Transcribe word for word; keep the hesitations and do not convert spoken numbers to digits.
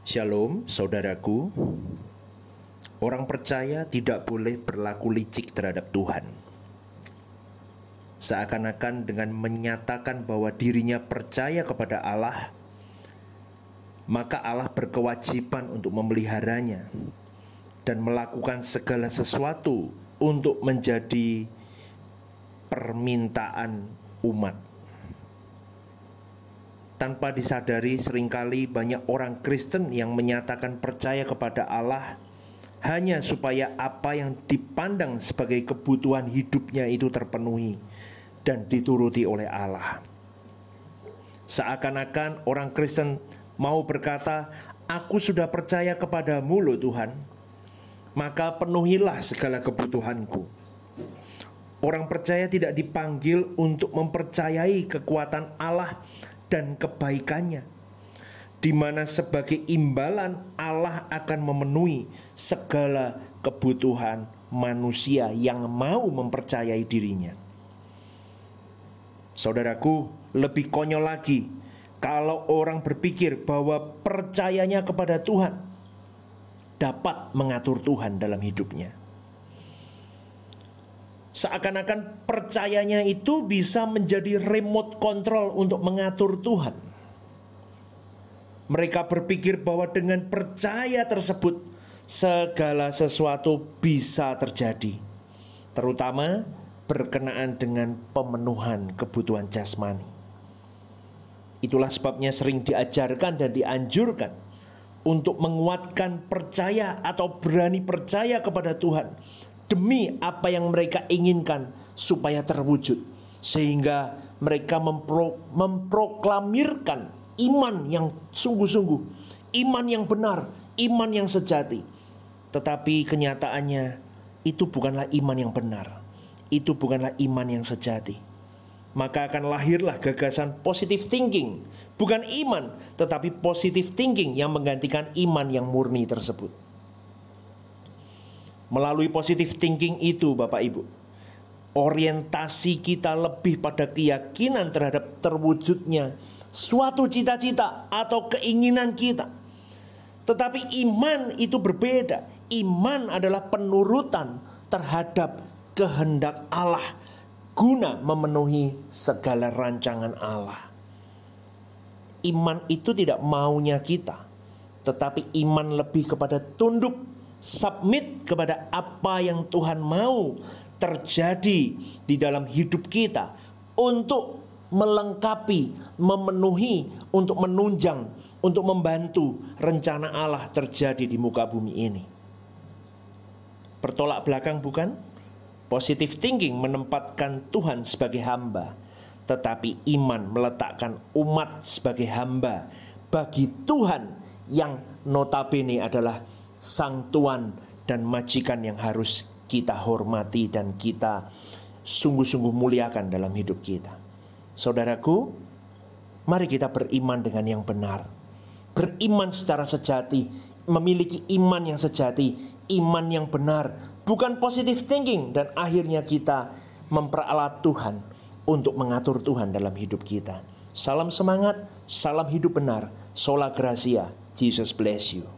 Shalom, saudaraku. Orang percaya tidak boleh berlaku licik terhadap Tuhan. Seakan-akan dengan menyatakan bahwa dirinya percaya kepada Allah, maka Allah berkewajiban untuk memeliharanya dan melakukan segala sesuatu untuk menjadi permintaan umat. Tanpa disadari, seringkali banyak orang Kristen yang menyatakan percaya kepada Allah hanya supaya apa yang dipandang sebagai kebutuhan hidupnya itu terpenuhi dan dituruti oleh Allah. Seakan-akan orang Kristen mau berkata, "Aku sudah percaya kepadamu loh Tuhan, maka penuhilah segala kebutuhanku." Orang percaya tidak dipanggil untuk mempercayai kekuatan Allah dan kebaikannya, di mana sebagai imbalan Allah akan memenuhi segala kebutuhan manusia yang mau mempercayai dirinya. Saudaraku, lebih konyol lagi kalau orang berpikir bahwa percayanya kepada Tuhan dapat mengatur Tuhan dalam hidupnya. Seakan-akan percayanya itu bisa menjadi remote control untuk mengatur Tuhan. Mereka berpikir bahwa dengan percaya tersebut segala sesuatu bisa terjadi, terutama berkenaan dengan pemenuhan kebutuhan jasmani. Itulah sebabnya sering diajarkan dan dianjurkan untuk menguatkan percaya atau berani percaya kepada Tuhan demi apa yang mereka inginkan supaya terwujud, sehingga mereka mempro, memproklamirkan iman yang sungguh-sungguh, iman yang benar, iman yang sejati. Tetapi kenyataannya itu bukanlah iman yang benar, itu bukanlah iman yang sejati. Maka akan lahirlah gagasan positive thinking, bukan iman, tetapi positive thinking yang menggantikan iman yang murni tersebut. Melalui positive thinking itu, Bapak Ibu, orientasi kita lebih pada keyakinan terhadap terwujudnya suatu cita-cita atau keinginan kita. Tetapi iman itu berbeda. Iman adalah penurutan terhadap kehendak Allah guna memenuhi segala rancangan Allah. Iman itu tidak maunya kita, tetapi iman lebih kepada tunduk, submit kepada apa yang Tuhan mau terjadi di dalam hidup kita, untuk melengkapi, memenuhi, untuk menunjang, untuk membantu rencana Allah terjadi di muka bumi ini. Bertolak belakang bukan? Positive thinking menempatkan Tuhan sebagai hamba, tetapi iman meletakkan umat sebagai hamba bagi Tuhan yang notabene adalah Sang Tuan dan majikan yang harus kita hormati dan kita sungguh-sungguh muliakan dalam hidup kita. Saudaraku, mari kita beriman dengan yang benar, beriman secara sejati, memiliki iman yang sejati, iman yang benar, bukan positive thinking, dan akhirnya kita memperalat Tuhan untuk mengatur Tuhan dalam hidup kita. Salam semangat, salam hidup benar, sola gracia, Jesus bless you.